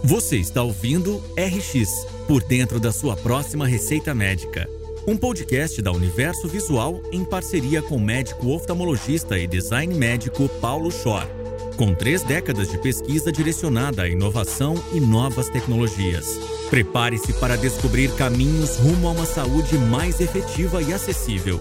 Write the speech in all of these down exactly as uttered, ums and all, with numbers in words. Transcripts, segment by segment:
Você está ouvindo R X, por dentro da sua próxima receita médica. Um podcast da Universo Visual em parceria com o médico oftalmologista e design médico Paulo Schor. Com três décadas de pesquisa direcionada à inovação e novas tecnologias. Prepare-se para descobrir caminhos rumo a uma saúde mais efetiva e acessível.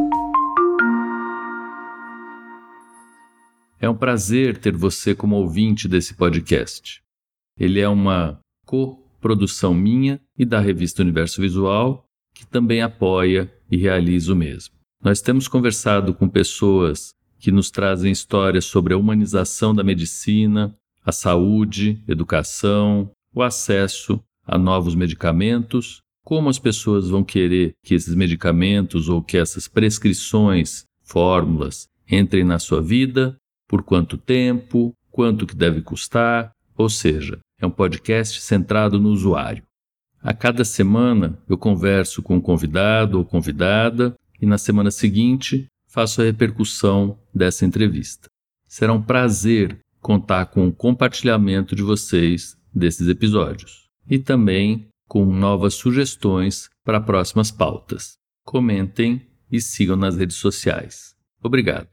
É um prazer ter você como ouvinte desse podcast. Ele é uma coprodução minha e da revista Universo Visual, que também apoia e realiza o mesmo. Nós temos conversado com pessoas que nos trazem histórias sobre a humanização da medicina, a saúde, educação, o acesso a novos medicamentos, como as pessoas vão querer que esses medicamentos ou que essas prescrições, fórmulas, entrem na sua vida, por quanto tempo, quanto que deve custar, ou seja, é um podcast centrado no usuário. A cada semana eu converso com um convidado ou convidada e na semana seguinte faço a repercussão dessa entrevista. Será um prazer contar com o compartilhamento de vocês desses episódios e também com novas sugestões para próximas pautas. Comentem e sigam nas redes sociais. Obrigado.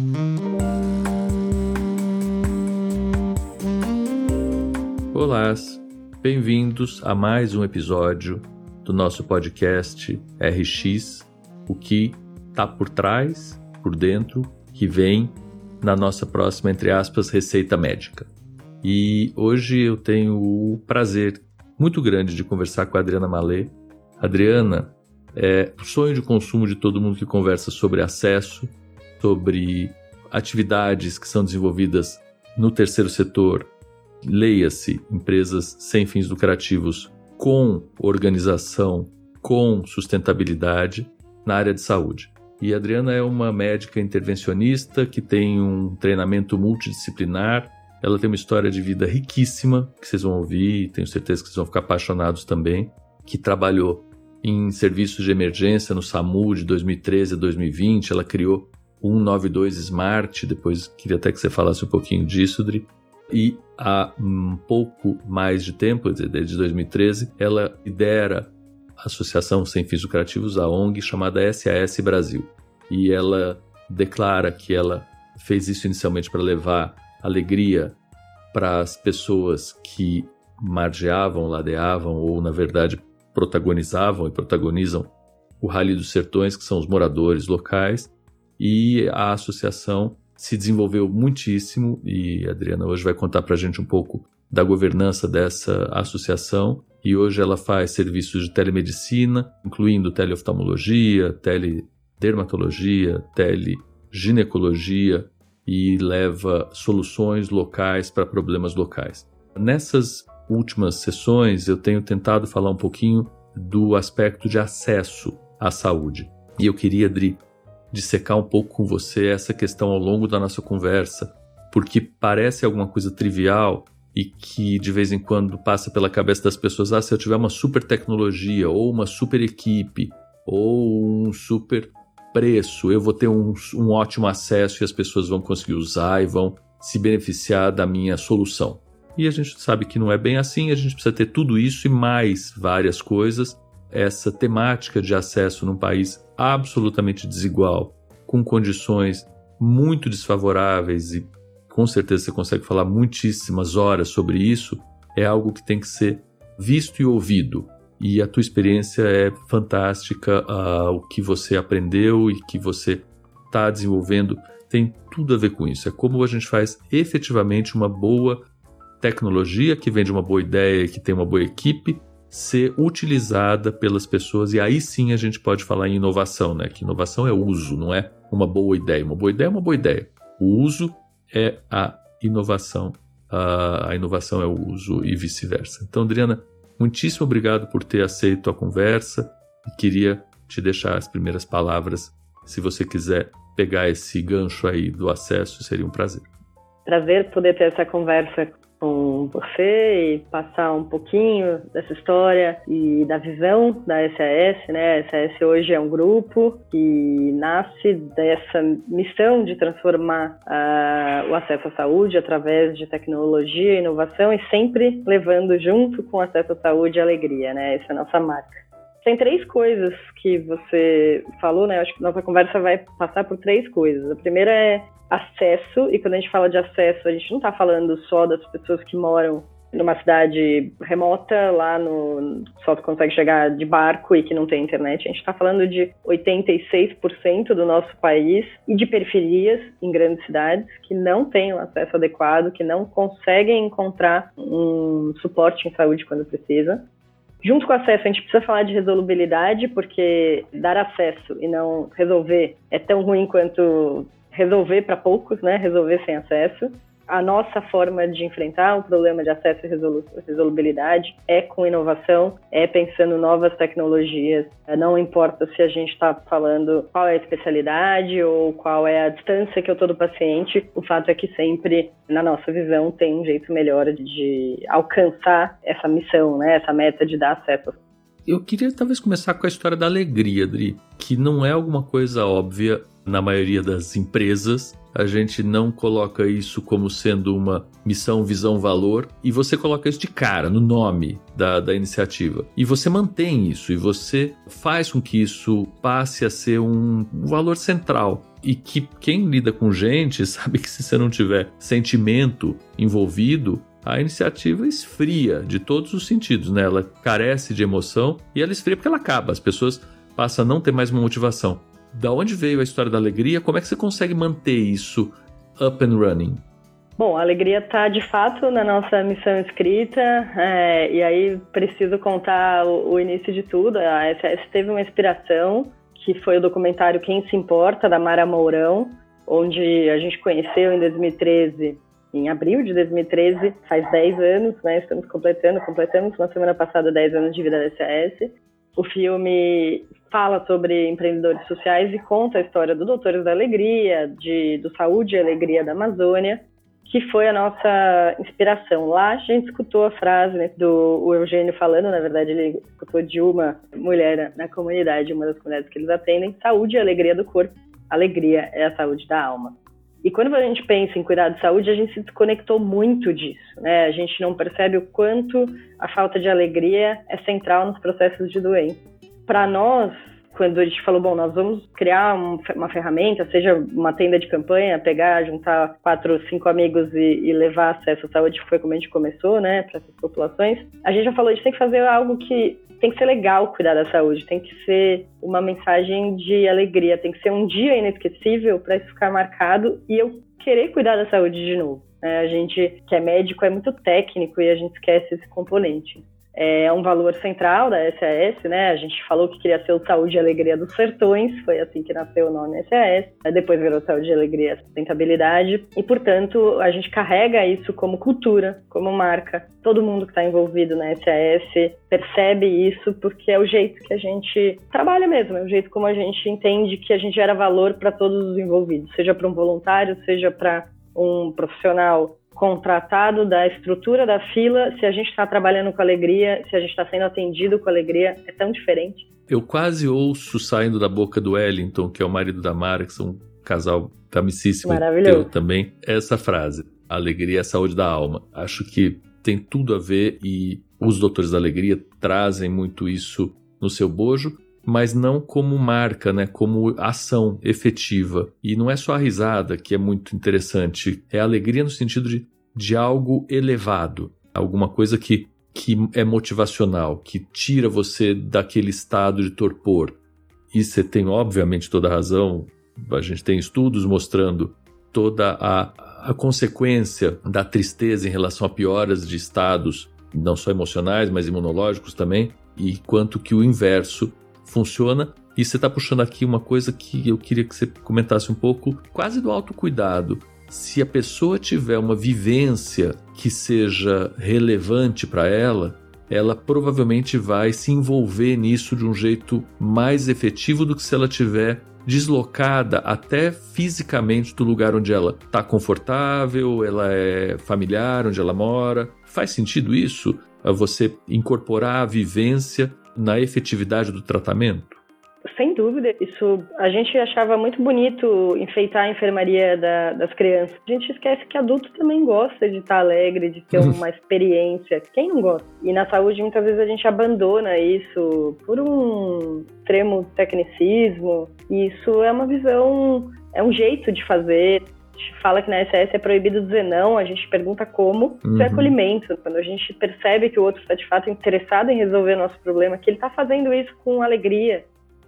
Olá, bem-vindos a mais um episódio do nosso podcast R X, o que está por trás, por dentro, que vem na nossa próxima, entre aspas, receita médica. E hoje eu tenho o prazer muito grande de conversar com a Adriana Mallet. Adriana é o sonho de consumo de todo mundo que conversa sobre acesso, sobre atividades que são desenvolvidas no terceiro setor, leia-se, empresas sem fins lucrativos com organização, com sustentabilidade na área de saúde. E a Adriana é uma médica intervencionista que tem um treinamento multidisciplinar. Ela tem uma história de vida riquíssima, que vocês vão ouvir, e tenho certeza que vocês vão ficar apaixonados também, que trabalhou em serviços de emergência no SAMU de dois mil e treze a dois mil e vinte. Ela criou o cento e noventa e dois Smart, depois queria até que você falasse um pouquinho disso, Dri. E há um pouco mais de tempo, desde dois mil e treze, ela lidera a Associação Sem Fins Lucrativos, a ONG, chamada S A S Brasil. E ela declara que ela fez isso inicialmente para levar alegria para as pessoas que margeavam, ladeavam ou, na verdade, protagonizavam e protagonizam o Rally dos Sertões, que são os moradores locais. E a associação se desenvolveu muitíssimo e a Adriana hoje vai contar para a gente um pouco da governança dessa associação. E hoje ela faz serviços de telemedicina, incluindo teleoftalmologia, teledermatologia, teleginecologia e leva soluções locais para problemas locais. Nessas últimas sessões eu tenho tentado falar um pouquinho do aspecto de acesso à saúde. E eu queria, Adri, dissecar um pouco com você essa questão ao longo da nossa conversa, porque parece alguma coisa trivial e que de vez em quando passa pela cabeça das pessoas, ah, se eu tiver uma super tecnologia ou uma super equipe ou um super preço, eu vou ter um, um ótimo acesso e as pessoas vão conseguir usar e vão se beneficiar da minha solução. E a gente sabe que não é bem assim, a gente precisa ter tudo isso e mais várias coisas. Essa temática de acesso num país absolutamente desigual, com condições muito desfavoráveis e com certeza você consegue falar muitíssimas horas sobre isso, é algo que tem que ser visto e ouvido. E a tua experiência é fantástica, uh, o que você aprendeu e que você está desenvolvendo tem tudo a ver com isso. É como a gente faz efetivamente uma boa tecnologia que vem de uma boa ideia, que tem uma boa equipe, ser utilizada pelas pessoas, e aí sim a gente pode falar em inovação, né? Que inovação é uso, não é uma boa ideia. Uma boa ideia é uma boa ideia. O uso é a inovação, a inovação é o uso e vice-versa. Então, Adriana, muitíssimo obrigado por ter aceito a conversa e queria te deixar as primeiras palavras. Se você quiser pegar esse gancho aí do acesso, seria um prazer. Prazer poder ter essa conversa com você e passar um pouquinho dessa história e da visão da S A S, né? A S A S hoje é um grupo que nasce dessa missão de transformar uh, o acesso à saúde através de tecnologia e inovação e sempre levando junto com o acesso à saúde a alegria, né? Essa é a nossa marca. Tem três coisas que você falou, né? Eu acho que nossa conversa vai passar por três coisas. A primeira é acesso, e quando a gente fala de acesso, a gente não está falando só das pessoas que moram numa cidade remota, lá no só consegue chegar de barco e que não tem internet. A gente está falando de oitenta e seis por cento do nosso país e de periferias em grandes cidades que não têm um acesso adequado, que não conseguem encontrar um suporte em saúde quando precisa. Junto com o acesso, a gente precisa falar de resolubilidade, porque dar acesso e não resolver é tão ruim quanto resolver para poucos, né? Resolver sem acesso. A nossa forma de enfrentar o problema de acesso e resolu- resolubilidade é com inovação, é pensando novas tecnologias. Não importa se a gente está falando qual é a especialidade ou qual é a distância que eu estou do paciente, o fato é que sempre, na nossa visão, tem um jeito melhor de alcançar essa missão, né? Essa meta de dar acesso. Eu queria talvez começar com a história da alegria, Dri, que não é alguma coisa óbvia na maioria das empresas. A gente não coloca isso como sendo uma missão, visão, valor, e você coloca isso de cara, no nome da, da iniciativa. E você mantém isso, e você faz com que isso passe a ser um, um valor central. E que quem lida com gente sabe que se você não tiver sentimento envolvido, a iniciativa esfria de todos os sentidos, né? Ela carece de emoção e ela esfria porque ela acaba. As pessoas passam a não ter mais uma motivação. Da onde veio a história da alegria? Como é que você consegue manter isso up and running? Bom, a alegria está de fato na nossa missão escrita, é, e aí preciso contar o, o início de tudo. A S A S teve uma inspiração, que foi o documentário Quem Se Importa, da Mara Mourão, onde a gente conheceu em dois mil e treze, em abril de dois mil e treze, faz dez anos, né? Estamos completando, completamos na semana passada dez anos de vida da S A S. O filme fala sobre empreendedores sociais e conta a história do Doutores da Alegria, de, do Saúde e Alegria da Amazônia, que foi a nossa inspiração. Lá a gente escutou a frase, né, do o Eugênio falando, na verdade ele escutou de uma mulher na, na comunidade, uma das comunidades que eles atendem: saúde e alegria do corpo, alegria é a saúde da alma. E quando a gente pensa em cuidar de saúde, a gente se desconectou muito disso, né? A gente não percebe o quanto a falta de alegria é central nos processos de doença. Para nós, quando a gente falou, bom, nós vamos criar um, uma ferramenta, seja uma tenda de campanha, pegar, juntar quatro, cinco amigos e, e levar acesso à saúde, que foi como a gente começou, né, para essas populações, a gente já falou, a gente tem que fazer algo que tem que ser legal cuidar da saúde, tem que ser uma mensagem de alegria, tem que ser um dia inesquecível para isso ficar marcado e eu querer cuidar da saúde de novo. É, a gente que é médico é muito técnico e a gente esquece esse componente. É um valor central da S A S, né? A gente falou que queria ser o Saúde e Alegria dos Sertões, foi assim que nasceu o nome S A S. Depois virou Saúde e Alegria e Sustentabilidade. E, portanto, a gente carrega isso como cultura, como marca. Todo mundo que está envolvido na S A S percebe isso porque é o jeito que a gente trabalha mesmo, é o jeito como a gente entende que a gente gera valor para todos os envolvidos, seja para um voluntário, seja para um profissional contratado, da estrutura da fila. Se a gente está trabalhando com alegria, se a gente está sendo atendido com alegria, é tão diferente. Eu quase ouço saindo da boca do Wellington, que é o marido da Mara, que são um casal amicíssimo teu também, essa frase: a alegria é a saúde da alma. Acho que tem tudo a ver e os Doutores da Alegria trazem muito isso no seu bojo, mas não como marca, né? Como ação efetiva. E não é só a risada que é muito interessante, é a alegria no sentido de, de algo elevado, alguma coisa que, que é motivacional, que tira você daquele estado de torpor. E você tem, obviamente, toda a razão, a gente tem estudos mostrando toda a, a consequência da tristeza em relação a pioras de estados, não só emocionais, mas imunológicos também, e quanto que o inverso funciona. E você está puxando aqui uma coisa que eu queria que você comentasse um pouco, quase do autocuidado. Se a pessoa tiver uma vivência que seja relevante para ela, ela provavelmente vai se envolver nisso de um jeito mais efetivo do que se ela tiver deslocada até fisicamente do lugar onde ela está confortável, ela é familiar, onde ela mora. Faz sentido isso? Você incorporar a vivência na efetividade do tratamento? Sem dúvida, isso a gente achava muito bonito enfeitar a enfermaria da, das crianças. A gente esquece que adulto também gosta de estar alegre, de ter uma experiência. Quem não gosta? E na saúde, muitas vezes a gente abandona isso por um extremo tecnicismo. E isso é uma visão, é um jeito de fazer. A gente fala que na S A S é proibido dizer não, a gente pergunta como. Uhum. Isso é acolhimento. Quando a gente percebe que o outro está de fato interessado em resolver o nosso problema, que ele está fazendo isso com alegria.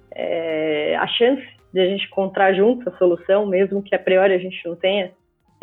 É, a chance de a gente encontrar junto a solução, mesmo que a priori a gente não tenha,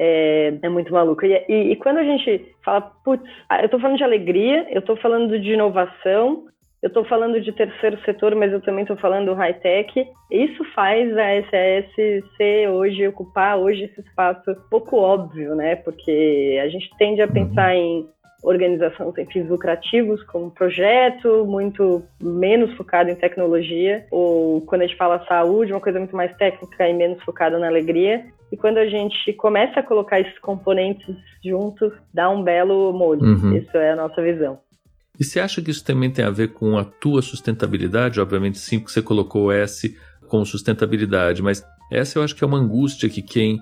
é, é muito maluca. E, e, e quando a gente fala, putz, eu estou falando de alegria, eu estou falando de inovação, eu estou falando de terceiro setor, mas eu também estou falando high-tech, isso faz a S A S ser hoje, ocupar hoje esse espaço pouco óbvio, né? Porque a gente tende a pensar em organização sem fins lucrativos como projeto, muito menos focado em tecnologia, ou quando a gente fala saúde, uma coisa muito mais técnica e menos focada na alegria. E quando a gente começa a colocar esses componentes juntos, dá um belo molho. Uhum. Isso é a nossa visão. E você acha que isso também tem a ver com a tua sustentabilidade? Obviamente sim, porque você colocou o S como sustentabilidade, mas essa eu acho que é uma angústia que quem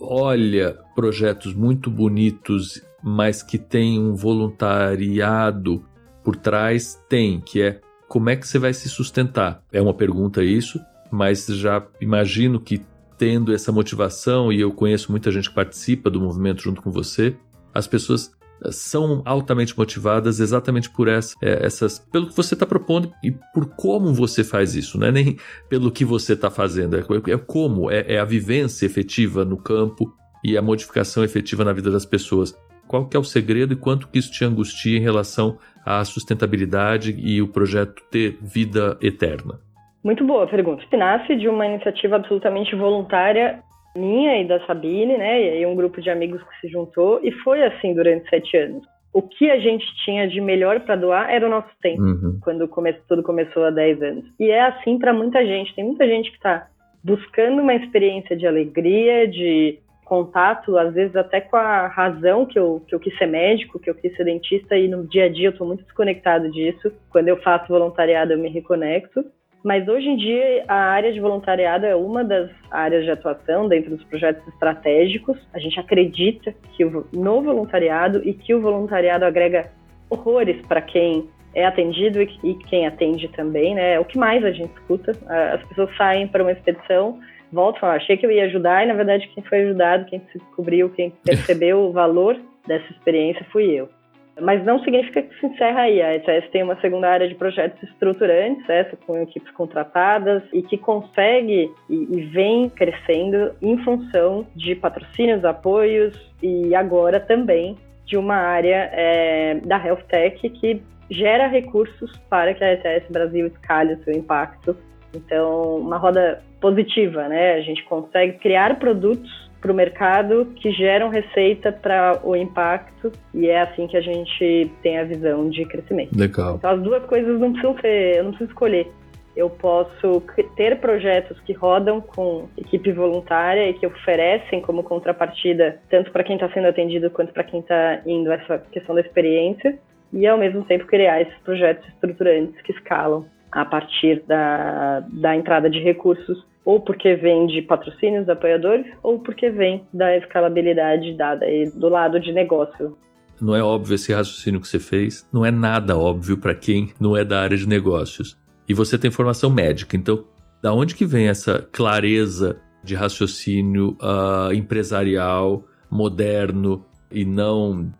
olha projetos muito bonitos, mas que tem um voluntariado por trás, tem, que é como é que você vai se sustentar? É uma pergunta isso, mas já imagino que tendo essa motivação, e eu conheço muita gente que participa do movimento junto com você, as pessoas são altamente motivadas exatamente por essa, é, essas, pelo que você está propondo e por como você faz isso, não é nem pelo que você está fazendo, é, é como, é, é a vivência efetiva no campo e a modificação efetiva na vida das pessoas. Qual que é o segredo e quanto que isso te angustia em relação à sustentabilidade e o projeto ter vida eterna? Muito boa pergunta. Nasce de uma iniciativa absolutamente voluntária minha e da Sabine, né? E aí um grupo de amigos que se juntou, e foi assim durante sete anos. O que a gente tinha de melhor para doar era o nosso tempo, uhum. quando come- tudo começou há dez anos. E é assim para muita gente. Tem muita gente que está buscando uma experiência de alegria, de contato, às vezes até com a razão que eu, que eu quis ser médico, que eu quis ser dentista, e no dia a dia eu estou muito desconectado disso. Quando eu faço voluntariado eu me reconecto. Mas hoje em dia a área de voluntariado é uma das áreas de atuação dentro dos projetos estratégicos. A gente acredita que o, no voluntariado e que o voluntariado agrega horrores para quem é atendido e, e quem atende também, né? É o que mais a gente escuta. As pessoas saem para uma expedição, voltam e falam, achei que eu ia ajudar, e na verdade quem foi ajudado, quem se descobriu, quem percebeu o valor dessa experiência fui eu. Mas não significa que se encerra aí. A S A S tem uma segunda área de projetos estruturantes, essa com equipes contratadas, e que consegue e, e vem crescendo em função de patrocínios, apoios e agora também de uma área é, da Health Tech que gera recursos para que a S A S Brasil escale o seu impacto. Então, uma roda positiva, né? A gente consegue criar produtos para o mercado que geram receita para o impacto, e é assim que a gente tem a visão de crescimento. Legal. Então as duas coisas não precisam ser, eu não preciso escolher. Eu posso ter projetos que rodam com equipe voluntária e que oferecem como contrapartida tanto para quem está sendo atendido quanto para quem está indo essa questão da experiência, e ao mesmo tempo criar esses projetos estruturantes que escalam a partir da, da entrada de recursos, ou porque vem de patrocínios, apoiadores, ou porque vem da escalabilidade dada aí do lado de negócio. Não é óbvio esse raciocínio que você fez, não é nada óbvio para quem não é da área de negócios. E você tem formação médica, então da onde que vem essa clareza de raciocínio uh, empresarial, moderno, e não,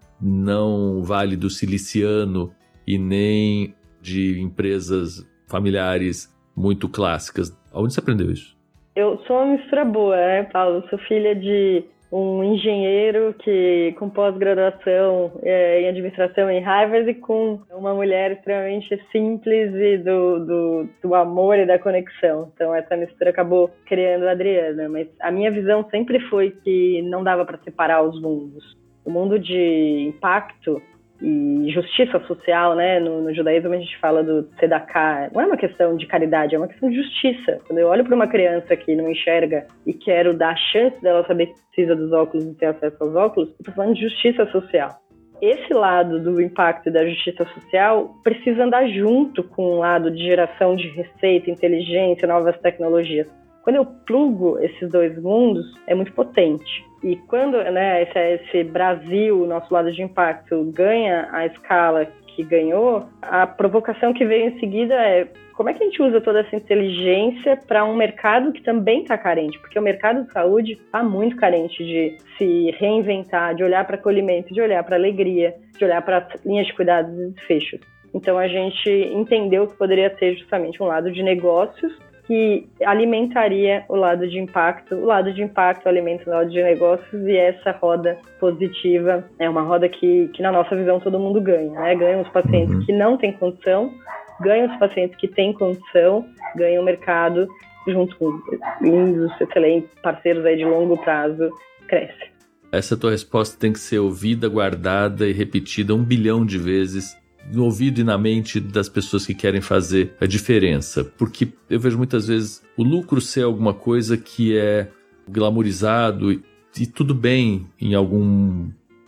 não Vale do Siliciano, e nem de empresas familiares muito clássicas? Onde você aprendeu isso? Eu sou uma mistura boa, né, Paulo? Eu sou filha de um engenheiro que, com pós-graduação é, em administração em Harvard, e com uma mulher extremamente simples e do, do, do amor e da conexão. Então essa mistura acabou criando a Adriana. Mas a minha visão sempre foi que não dava para separar os mundos. O mundo de impacto e justiça social, né? No, no judaísmo a gente fala do tzedakah. Não é uma questão de caridade, é uma questão de justiça. Quando eu olho para uma criança que não enxerga e quero dar a chance dela saber que precisa dos óculos e ter acesso aos óculos, eu estou falando de justiça social. Esse lado do impacto e da justiça social precisa andar junto com o lado de geração de receita, inteligência, novas tecnologias. Quando eu plugo esses dois mundos, é muito potente. E quando, né, esse, esse Brasil, nosso lado de impacto, ganha a escala que ganhou, a provocação que veio em seguida é como é que a gente usa toda essa inteligência para um mercado que também está carente? Porque o mercado de saúde está muito carente de se reinventar, de olhar para acolhimento, de olhar para alegria, de olhar para linhas de cuidados e desfechos. Então a gente entendeu que poderia ter justamente um lado de negócios que alimentaria o lado de impacto, o lado de impacto alimenta o lado de negócios, e essa roda positiva é uma roda que, que na nossa visão todo mundo ganha, né? Ganham os pacientes uhum. que não têm condição, ganham os pacientes que têm condição, ganham o mercado junto com lindos, excelentes parceiros aí de longo prazo, cresce. Essa tua resposta tem que ser ouvida, guardada e repetida um bilhão de vezes no ouvido e na mente das pessoas que querem fazer a diferença, porque eu vejo muitas vezes o lucro ser alguma coisa que é glamourizado e, e tudo bem em algum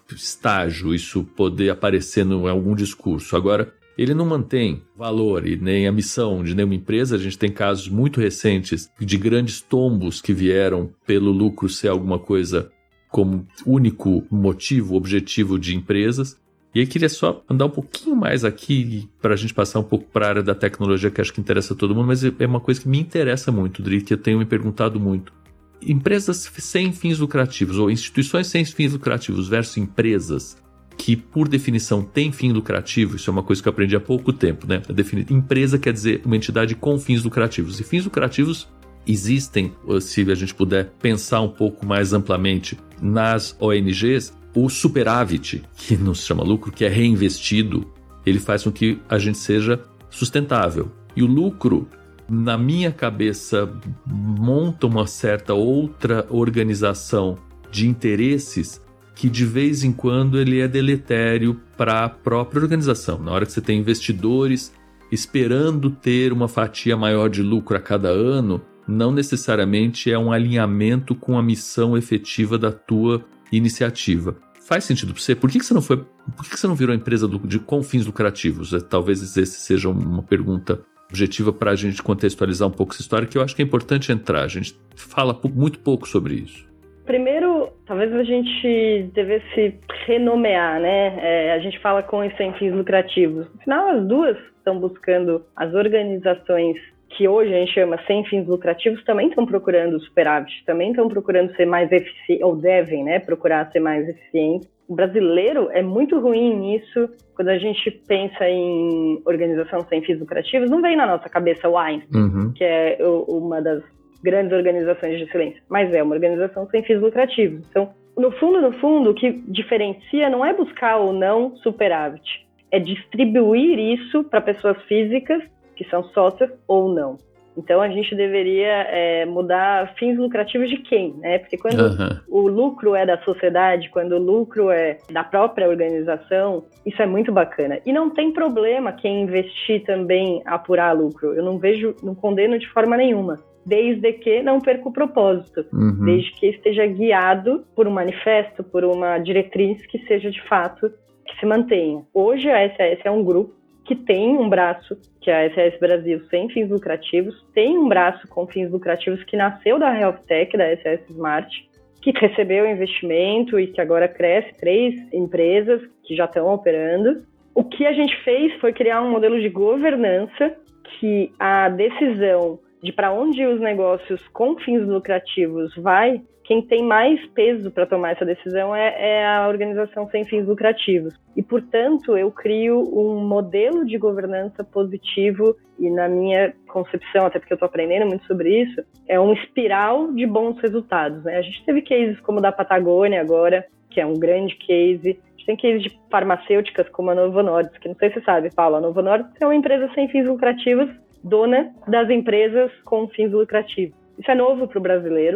estágio isso poder aparecer em algum discurso. Agora, ele não mantém valor e nem a missão de nenhuma empresa. A gente tem casos muito recentes de grandes tombos que vieram pelo lucro ser alguma coisa como único motivo, objetivo de empresas. E aí queria só andar um pouquinho mais aqui para a gente passar um pouco para a área da tecnologia, que acho que interessa a todo mundo, mas é uma coisa que me interessa muito, Dri, que eu tenho me perguntado muito. Empresas sem fins lucrativos ou instituições sem fins lucrativos versus empresas que, por definição, têm fim lucrativo, isso é uma coisa que eu aprendi há pouco tempo, né? A definir empresa quer dizer uma entidade com fins lucrativos. E fins lucrativos existem, se a gente puder pensar um pouco mais amplamente, nas O N Gs. O superávit, que não se chama lucro, que é reinvestido, ele faz com que a gente seja sustentável. E o lucro, na minha cabeça, monta uma certa outra organização de interesses que de vez em quando ele é deletério para a própria organização. Na hora que você tem investidores esperando ter uma fatia maior de lucro a cada ano, não necessariamente é um alinhamento com a missão efetiva da tua iniciativa. Faz sentido para você? Por que, que você não foi? Por que, que você não virou empresa do, de, com fins lucrativos? Talvez esse seja uma pergunta objetiva para a gente contextualizar um pouco essa história, que eu acho que é importante entrar. A gente fala muito pouco sobre isso. Primeiro, talvez a gente devesse renomear, né? É, a gente fala com e sem fins lucrativos. Afinal, as duas estão buscando, as organizações que hoje a gente chama sem fins lucrativos, também estão procurando superávit, também estão procurando ser mais eficientes, ou devem, né, procurar ser mais eficientes. O brasileiro é muito ruim nisso. Quando a gente pensa em organização sem fins lucrativos, não vem na nossa cabeça o Einstein, uhum. que é uma das grandes organizações de excelência, mas é uma organização sem fins lucrativos. Então, no fundo, no fundo, o que diferencia não é buscar ou não superávit, é distribuir isso para pessoas físicas que são sócias ou não. Então, a gente deveria é, mudar fins lucrativos de quem, né? Porque quando uhum. o lucro é da sociedade, quando o lucro é da própria organização, isso é muito bacana. E não tem problema quem investir também apurar lucro. Eu não vejo, não condeno de forma nenhuma. Desde que não perca o propósito. Uhum. Desde que esteja guiado por um manifesto, por uma diretriz que seja de fato, que se mantenha. Hoje a S A S é um grupo que tem um braço, que é a S A S Brasil, sem fins lucrativos, tem um braço com fins lucrativos que nasceu da Health Tech, da S A S Smart, que recebeu investimento e que agora cresce, três empresas que já estão operando. O que a gente fez foi criar um modelo de governança que a decisão de para onde os negócios com fins lucrativos vai, quem tem mais peso para tomar essa decisão é, é a organização sem fins lucrativos. E, portanto, eu crio um modelo de governança positivo e, na minha concepção, até porque eu estou aprendendo muito sobre isso, é um espiral de bons resultados, né? A gente teve cases como o da Patagônia agora, que é um grande case. A gente tem cases de farmacêuticas como a Novo Nordisk, que não sei se você sabe, Paula, a Novo Nordisk é uma empresa sem fins lucrativos, dona das empresas com fins lucrativos. Isso é novo para o brasileiro.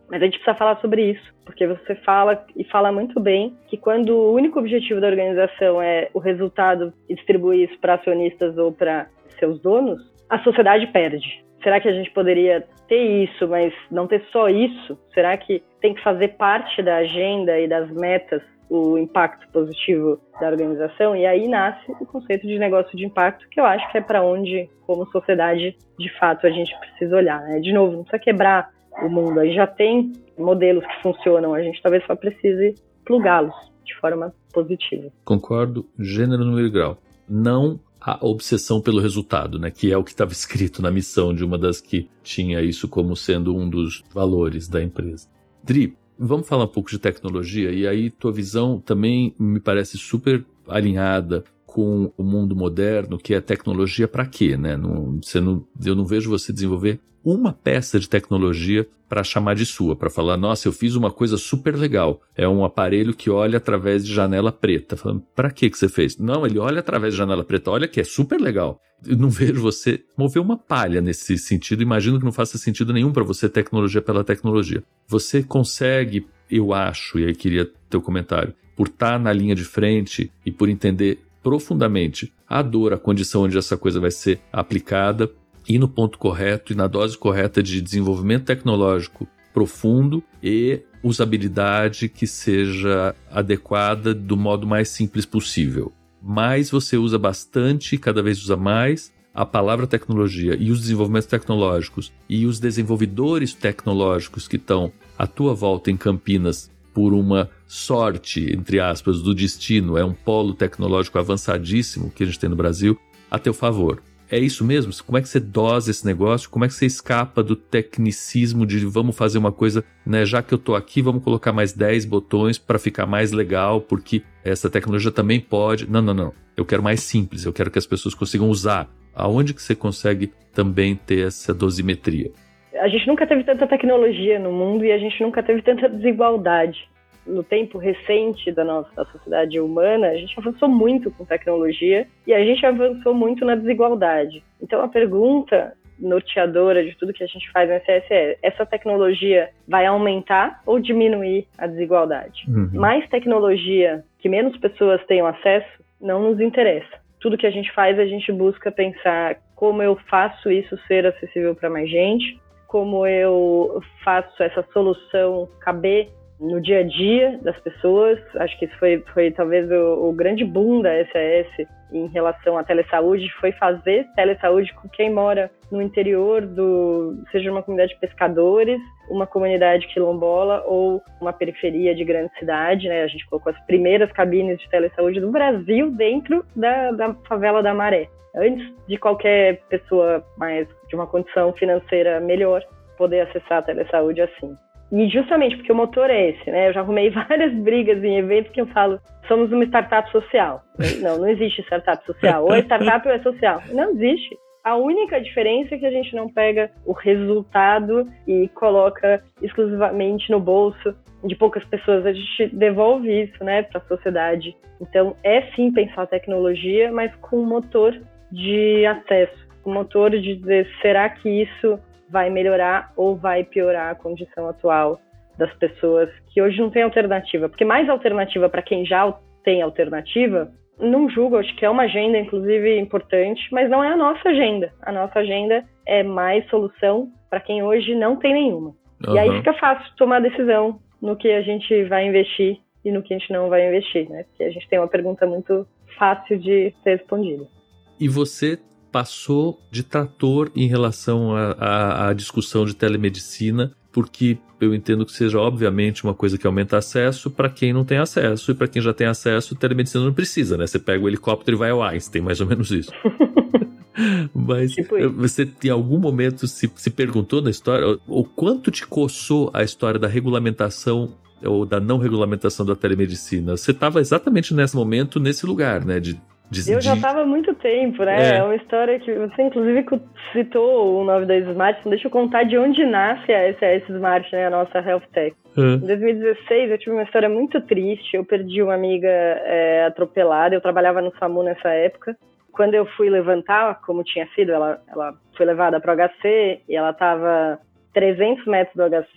Mas a gente precisa falar sobre isso, porque você fala e fala muito bem que quando o único objetivo da organização é o resultado e distribuir isso para acionistas ou para seus donos, a sociedade perde. Será que a gente poderia ter isso, mas não ter só isso? Será que tem que fazer parte da agenda e das metas o impacto positivo da organização? E aí nasce o conceito de negócio de impacto, que eu acho que é para onde, como sociedade, de fato, a gente precisa olhar, né? De novo, não precisa quebrar o mundo. Aí já tem modelos que funcionam, a gente talvez só precise plugá-los de forma positiva. Concordo, gênero, número e grau. Não a obsessão pelo resultado, né, que é o que estava escrito na missão de uma das que tinha isso como sendo um dos valores da empresa. Dri, vamos falar um pouco de tecnologia, e aí tua visão também me parece super alinhada com o mundo moderno, que é tecnologia para quê, né? Não, você não, eu não vejo você desenvolver uma peça de tecnologia para chamar de sua, para falar, nossa, eu fiz uma coisa super legal. É um aparelho que olha através de janela preta. Falando, para que que você fez? Não, ele olha através de janela preta, olha que é super legal. Eu não vejo você mover uma palha nesse sentido, imagino que não faça sentido nenhum para você tecnologia pela tecnologia. Você consegue, eu acho, e aí queria teu comentário, por estar na linha de frente e por entender profundamente a dor, a condição onde essa coisa vai ser aplicada, ir no ponto correto e na dose correta de desenvolvimento tecnológico profundo e usabilidade que seja adequada do modo mais simples possível. Mas você usa bastante, cada vez usa mais, a palavra tecnologia e os desenvolvimentos tecnológicos e os desenvolvedores tecnológicos que estão à tua volta em Campinas por uma sorte, entre aspas, do destino, é um polo tecnológico avançadíssimo que a gente tem no Brasil, a teu favor. É isso mesmo? Como é que você dosa esse negócio? Como é que você escapa do tecnicismo de vamos fazer uma coisa, né? Já que eu tô aqui, vamos colocar mais dez botões para ficar mais legal, porque essa tecnologia também pode... Não, não, não. Eu quero mais simples, eu quero que as pessoas consigam usar. Aonde que você consegue também ter essa dosimetria? A gente nunca teve tanta tecnologia no mundo e a gente nunca teve tanta desigualdade. No tempo recente da nossa da sociedade humana, a gente avançou muito com tecnologia e a gente avançou muito na desigualdade. Então, a pergunta norteadora de tudo que a gente faz no S S é: essa tecnologia vai aumentar ou diminuir a desigualdade? Uhum. Mais tecnologia que menos pessoas tenham acesso não nos interessa. Tudo que a gente faz, a gente busca pensar como eu faço isso ser acessível para mais gente, como eu faço essa solução caber no dia a dia das pessoas. Acho que isso foi, foi talvez o, o grande boom da S A S em relação à telesaúde, foi fazer telesaúde com quem mora no interior, do, seja uma comunidade de pescadores, uma comunidade quilombola ou uma periferia de grande cidade, né? A gente colocou as primeiras cabines de telesaúde do Brasil dentro da, da favela da Maré, antes de qualquer pessoa mais de uma condição financeira melhor poder acessar a telesaúde assim. E justamente porque o motor é esse, né? Eu já arrumei várias brigas em eventos que eu falo, somos uma startup social. Não, não existe startup social. Ou é startup ou é social. Não existe. A única diferença é que a gente não pega o resultado e coloca exclusivamente no bolso de poucas pessoas. A gente devolve isso, né, para a sociedade. Então, é sim pensar a tecnologia, mas com um motor de acesso. Um motor de dizer, será que isso vai melhorar ou vai piorar a condição atual das pessoas que hoje não tem alternativa? Porque mais alternativa para quem já tem alternativa, não julgo, acho que é uma agenda, inclusive, importante, mas não é a nossa agenda. A nossa agenda é mais solução para quem hoje não tem nenhuma. Uhum. E aí fica fácil tomar decisão no que a gente vai investir e no que a gente não vai investir, né? Porque a gente tem uma pergunta muito fácil de ser respondida. E você passou de trator em relação à discussão de telemedicina, porque eu entendo que seja, obviamente, uma coisa que aumenta acesso para quem não tem acesso, e para quem já tem acesso, telemedicina não precisa, né? Você pega o helicóptero e vai ao Einstein, mais ou menos isso. Mas tipo você em algum momento se, se perguntou na história, o quanto te coçou a história da regulamentação ou da não regulamentação da telemedicina? Você estava exatamente nesse momento, nesse lugar, né? De De, eu já estava há muito tempo, né? É. é uma história que você, inclusive, citou o nove dois Smart. Então deixa eu contar de onde nasce a S A S Smart, né? A nossa Health Tech. É. Em dois mil e dezesseis, eu tive uma história muito triste. Eu perdi uma amiga é, atropelada. Eu trabalhava no SAMU nessa época. Quando eu fui levantar, como tinha sido, ela, ela foi levada para o H C e ela estava trezentos metros do H C.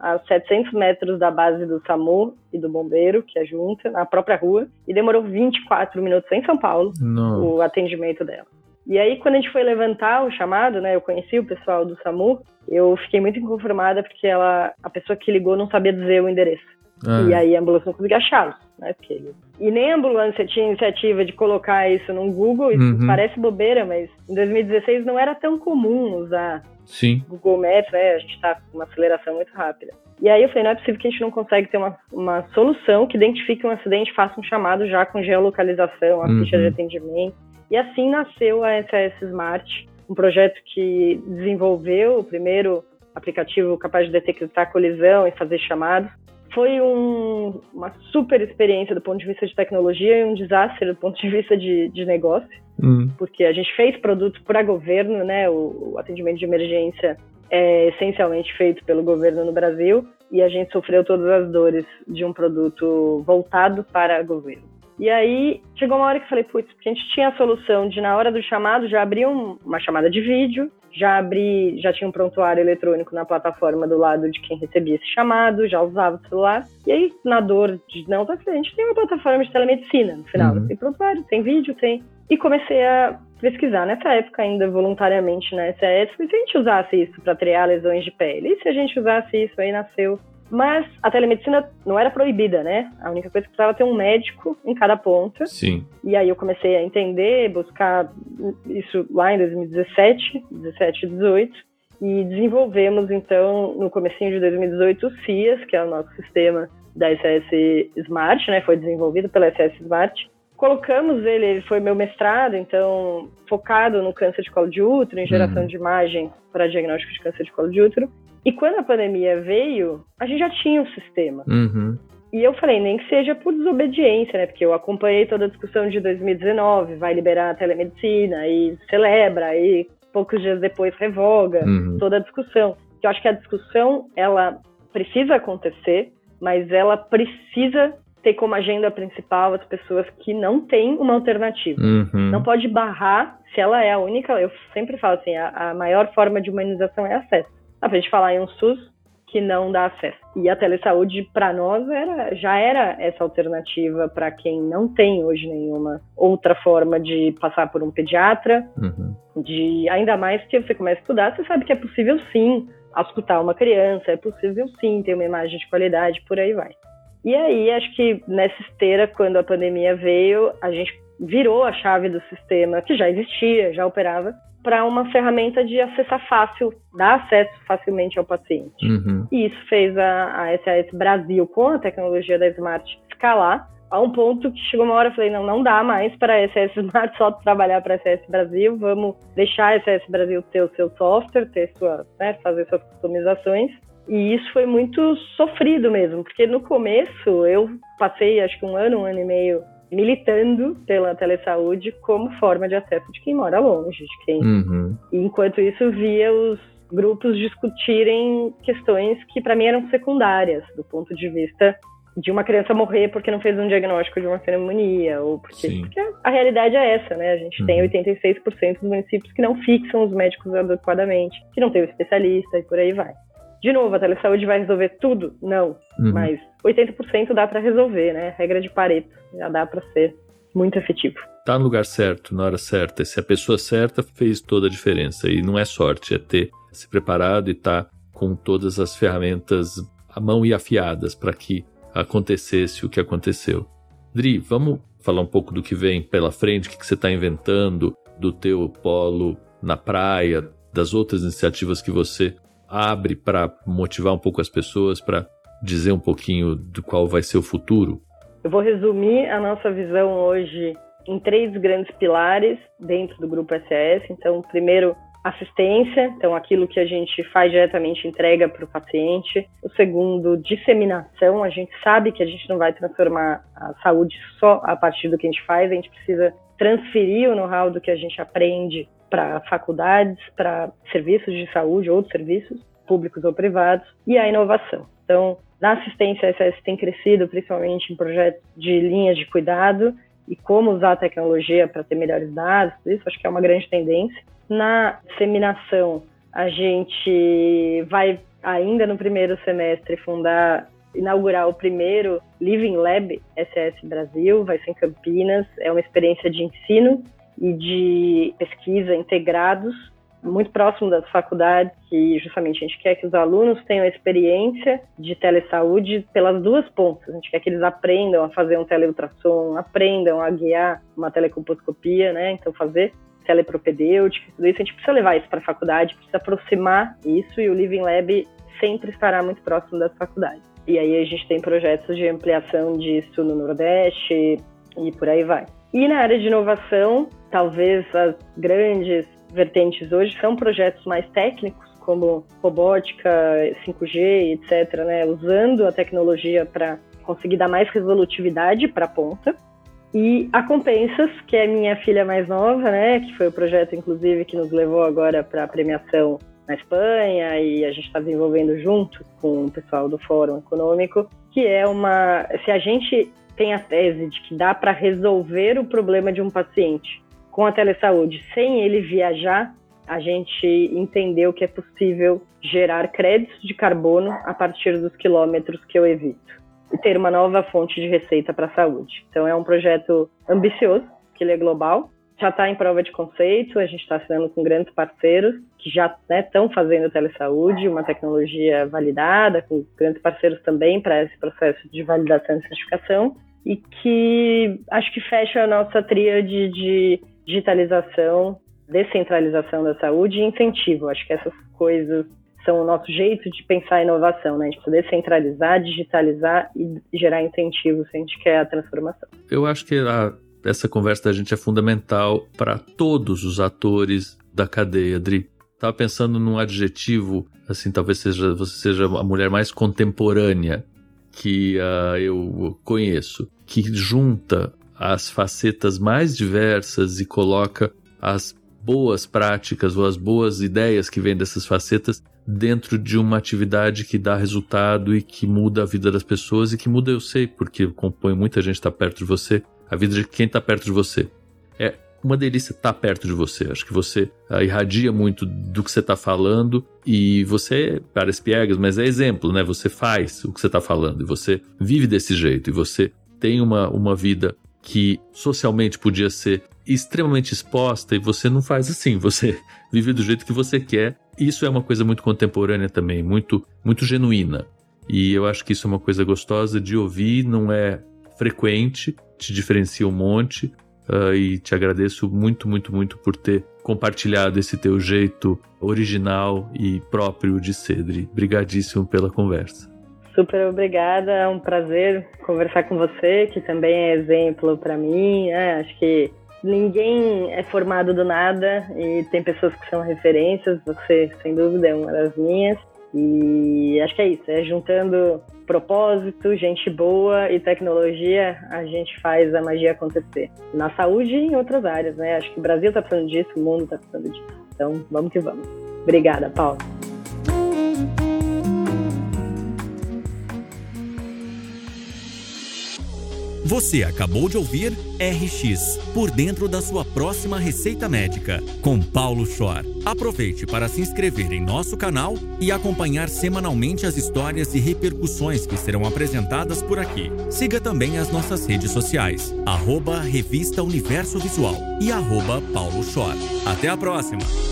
a setecentos metros da base do SAMU e do bombeiro, que é junta, na própria rua, e demorou vinte e quatro minutos em São Paulo, Nossa. O atendimento dela. E aí, quando a gente foi levantar o chamado, né, eu conheci o pessoal do SAMU, eu fiquei muito inconformada porque ela, a pessoa que ligou não sabia dizer o endereço. Ah. E aí a ambulância não conseguia achá-los, né? Porque ele... E nem a ambulância tinha iniciativa de colocar isso no Google, isso uhum. parece bobeira, mas em dois mil e dezesseis não era tão comum usar Sim. Google Maps, né? A gente tá com uma aceleração muito rápida. E aí eu falei, não é possível que a gente não consegue ter uma, uma solução que identifique um acidente, faça um chamado já com geolocalização, a uhum. ficha de atendimento. E assim nasceu a S A S Smart, um projeto que desenvolveu o primeiro aplicativo capaz de detectar colisão e fazer chamados. Foi um, uma super experiência do ponto de vista de tecnologia e um desastre do ponto de vista de, de negócio, uhum. porque a gente fez produto para governo, né? O, o atendimento de emergência é essencialmente feito pelo governo no Brasil e a gente sofreu todas as dores de um produto voltado para governo. E aí, chegou uma hora que eu falei, putz, porque a gente tinha a solução de, na hora do chamado, já abrir um, uma chamada de vídeo, já abri, já tinha um prontuário eletrônico na plataforma do lado de quem recebia esse chamado, já usava o celular. E aí, na dor de não, a gente tem uma plataforma de telemedicina, no final. Uhum. Tem prontuário, tem vídeo, tem... E comecei a pesquisar, nessa época ainda voluntariamente na S A S, e se a gente usasse isso para triar lesões de pele? E se a gente usasse isso, aí nasceu... Mas a telemedicina não era proibida, né? A única coisa que precisava ter um médico em cada ponta. Sim. E aí eu comecei a entender, buscar isso lá em dois mil e dezessete, dezessete e dezoito. E desenvolvemos, então, no comecinho de dois mil e dezoito, o C I A S, que é o nosso sistema da S A S Smart, né? Foi desenvolvido pela S A S Smart. Colocamos ele, ele foi meu mestrado, então, focado no câncer de colo de útero, em geração uhum. de imagem para diagnóstico de câncer de colo de útero. E quando a pandemia veio, a gente já tinha um sistema. Uhum. E eu falei, nem que seja por desobediência, né? Porque eu acompanhei toda a discussão de dois mil e dezenove, vai liberar a telemedicina, e celebra, e poucos dias depois revoga, uhum. toda a discussão. Eu acho que a discussão, ela precisa acontecer, mas ela precisa ter como agenda principal as pessoas que não têm uma alternativa. Uhum. Não pode barrar, se ela é a única, eu sempre falo assim, a, a maior forma de humanização é acesso. Dá pra gente falar em um SUS que não dá acesso. E a telesaúde, para nós, era, já era essa alternativa para quem não tem hoje nenhuma outra forma de passar por um pediatra, uhum. de, ainda mais que você começa a estudar, você sabe que é possível sim auscultar uma criança, é possível sim ter uma imagem de qualidade, por aí vai. E aí, acho que nessa esteira, quando a pandemia veio, a gente virou a chave do sistema, que já existia, já operava, para uma ferramenta de acessar fácil, dar acesso facilmente ao paciente. Uhum. E isso fez a, a S A S Brasil, com a tecnologia da Smart, escalar a um ponto que chegou uma hora eu falei, não, não dá mais para a S A S Smart só trabalhar para a S A S Brasil, vamos deixar a S A S Brasil ter o seu software, ter sua, né, fazer suas customizações. E isso foi muito sofrido mesmo, porque no começo eu passei acho que um ano, um ano e meio militando pela telesaúde como forma de acesso de quem mora longe, de quem... Uhum. E enquanto isso via os grupos discutirem questões que para mim eram secundárias, do ponto de vista de uma criança morrer porque não fez um diagnóstico de uma pneumonia, ou porque, porque a realidade é essa, né? A gente uhum. tem oitenta e seis por cento dos municípios que não fixam os médicos adequadamente, que não tem o especialista e por aí vai. De novo, a telesaúde vai resolver tudo? Não, uhum. mas oitenta por cento dá para resolver, né? Regra de Pareto, já dá para ser muito efetivo. Tá no lugar certo, na hora certa. Se a pessoa certa fez toda a diferença. E não é sorte, é ter se preparado e estar tá com todas as ferramentas à mão e afiadas para que acontecesse o que aconteceu. Dri, vamos falar um pouco do que vem pela frente, o que, que você está inventando, do teu polo na praia, das outras iniciativas que você abre para motivar um pouco as pessoas, para dizer um pouquinho do qual vai ser o futuro? Eu vou resumir a nossa visão hoje em três grandes pilares dentro do Grupo S A S. Então, primeiro, assistência, então aquilo que a gente faz diretamente entrega para o paciente. O segundo, disseminação, a gente sabe que a gente não vai transformar a saúde só a partir do que a gente faz, a gente precisa transferir o know-how do que a gente aprende para faculdades, para serviços de saúde, outros serviços, públicos ou privados, e a inovação. Então, na assistência, a S A S tem crescido principalmente em projetos de linhas de cuidado e como usar a tecnologia para ter melhores dados, isso acho que é uma grande tendência. Na disseminação, a gente vai ainda no primeiro semestre, fundar, inaugurar o primeiro Living Lab S E S Brasil, vai ser em Campinas. É uma experiência de ensino e de pesquisa integrados, muito próximo das faculdades, que justamente a gente quer que os alunos tenham a experiência de telesaúde pelas duas pontas. A gente quer que eles aprendam a fazer um teleultrassom, aprendam a guiar uma telecolposcopia, né? Então fazer telepropedêutica, tudo isso a gente precisa levar isso para a faculdade, precisa aproximar isso, e o Living Lab sempre estará muito próximo das faculdades. E aí a gente tem projetos de ampliação disso no Nordeste e por aí vai. E na área de inovação, talvez as grandes vertentes hoje são projetos mais técnicos, como robótica, cinco G, etcétera, né? Usando a tecnologia para conseguir dar mais resolutividade para a ponta. E a Compensas, que é minha filha mais nova, né? Que foi o projeto, inclusive, que nos levou agora para a premiação na Espanha, e a gente está desenvolvendo junto com o pessoal do Fórum Econômico, que é uma... Se a gente tem a tese de que dá para resolver o problema de um paciente com a telesaúde sem ele viajar, a gente entendeu que é possível gerar créditos de carbono a partir dos quilômetros que eu evito e ter uma nova fonte de receita para a saúde. Então é um projeto ambicioso, que ele é global, já está em prova de conceito, a gente está assinando com grandes parceiros que já estão, né, fazendo telesaúde, uma tecnologia validada, com grandes parceiros também para esse processo de validação e certificação, e que acho que fecha a nossa tríade de digitalização, descentralização da saúde e incentivo. Acho que essas coisas são o nosso jeito de pensar a inovação, né? A gente precisa descentralizar, digitalizar e gerar incentivos se a gente quer a transformação. Eu acho que a, essa conversa da gente é fundamental para todos os atores da cadeia, Dri. Estava pensando num adjetivo, assim, talvez seja, você seja a mulher mais contemporânea que uh, eu conheço, que junta as facetas mais diversas e coloca as boas práticas ou as boas ideias que vêm dessas facetas dentro de uma atividade que dá resultado e que muda a vida das pessoas, e que muda, eu sei, porque compõe muita gente estar perto de você, a vida de quem está perto de você. É uma delícia estar perto de você. Acho que você uh, irradia muito do que você está falando, e você parece piegas, mas é exemplo, né? Você faz o que você está falando e você vive desse jeito, e você tem uma, uma vida que socialmente podia ser extremamente exposta, e você não faz assim, você vive do jeito que você quer. Isso é uma coisa muito contemporânea também, muito, muito genuína, e eu acho que isso é uma coisa gostosa de ouvir, não é frequente, te diferencia um monte, uh, e te agradeço muito, muito, muito por ter compartilhado esse teu jeito original e próprio de ser, Dri. Brigadíssimo pela conversa. Super obrigada, é um prazer conversar com você, que também é exemplo para mim, né? Acho que ninguém é formado do nada e tem pessoas que são referências, você, sem dúvida, é uma das minhas. E acho que é isso, é juntando propósito, gente boa e tecnologia, a gente faz a magia acontecer. Na saúde e em outras áreas, né? Acho que o Brasil está precisando disso, o mundo está precisando disso. Então, vamos que vamos. Obrigada, Paulo. Você acabou de ouvir R X, por dentro da sua próxima receita médica, com Paulo Schor. Aproveite para se inscrever em nosso canal e acompanhar semanalmente as histórias e repercussões que serão apresentadas por aqui. Siga também as nossas redes sociais, arroba Revista Universo Visual e arroba Paulo Schor. Até a próxima!